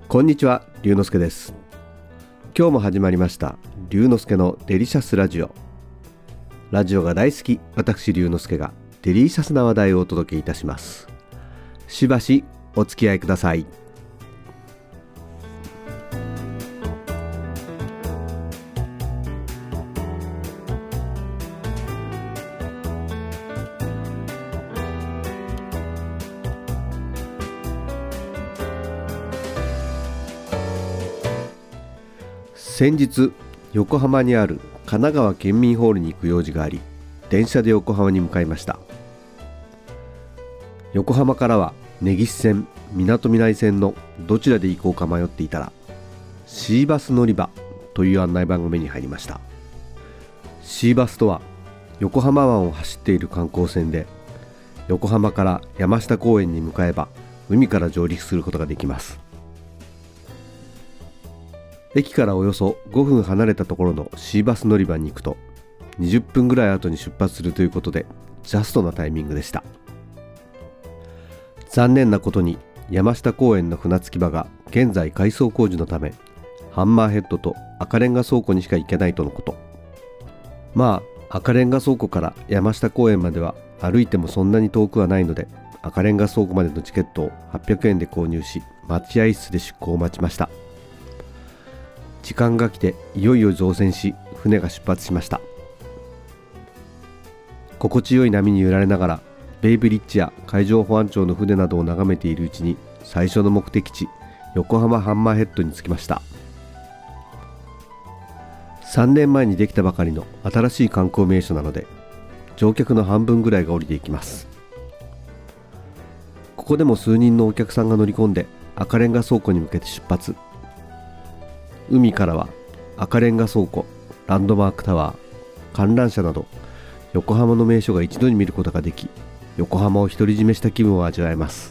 こんにちは、龍之介です。今日も始まりました龍之介のデリシャスラジオ。ラジオが大好き私龍之介がデリシャスな話題をお届けいたします。しばしお付き合いください。先日、横浜にある神奈川県民ホールに行く用事があり、電車で横浜に向かいました。横浜からは根岸線、みなとみらい線のどちらで行こうか迷っていたら、シーバス乗り場という案内板が目に入りました。シーバスとは横浜湾を走っている観光船で、横浜から山下公園に向かえば海から上陸することができます。駅からおよそ5分離れたところのシーバス乗り場に行くと、20分ぐらい後に出発するということでジャストなタイミングでした。残念なことに山下公園の船着き場が現在改装工事のため、ハンマーヘッドと赤レンガ倉庫にしか行けないとのこと。まあ赤レンガ倉庫から山下公園までは歩いてもそんなに遠くはないので、赤レンガ倉庫までのチケットを800円で購入し、待合室で出港を待ちました。時間が来ていよいよ乗船し、船が出発しました。心地よい波に揺られながらベイブリッジや海上保安庁の船などを眺めているうちに、最初の目的地横浜ハンマーヘッドに着きました。3年前にできたばかりの新しい観光名所なので、乗客の半分ぐらいが降りていきます。ここでも数人のお客さんが乗り込んで赤レンガ倉庫に向けて出発。海からは赤レンガ倉庫、ランドマークタワー、観覧車など横浜の名所が一度に見ることができ、横浜を独り占めした気分を味わえます。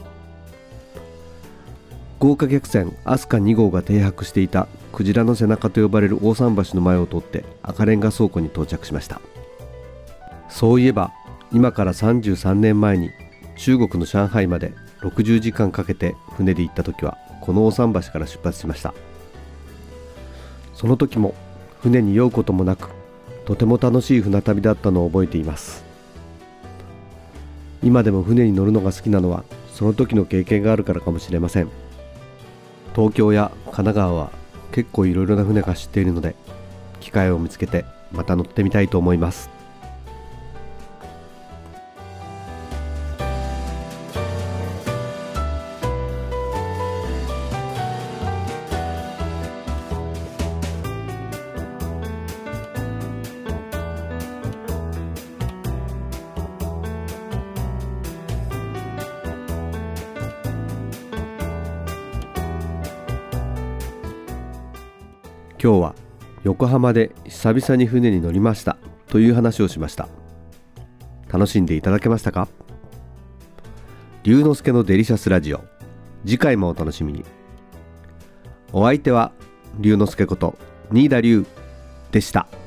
豪華客船飛鳥2号が停泊していたクジラの背中と呼ばれる大桟橋の前を通って赤レンガ倉庫に到着しました。そういえば今から33年前に中国の上海まで60時間かけて船で行った時は、この大桟橋から出発しました。その時も船に酔うこともなく、とても楽しい船旅だったのを覚えています。今でも船に乗るのが好きなのは、その時の経験があるからかもしれません。東京や神奈川は結構いろいろな船が走っているので、機会を見つけてまた乗ってみたいと思います。今日は横浜で久々に船に乗りましたという話をしました。楽しんでいただけましたか？龍之介のデリシャスラジオ、次回もお楽しみに。お相手は龍之介こと新田龍でした。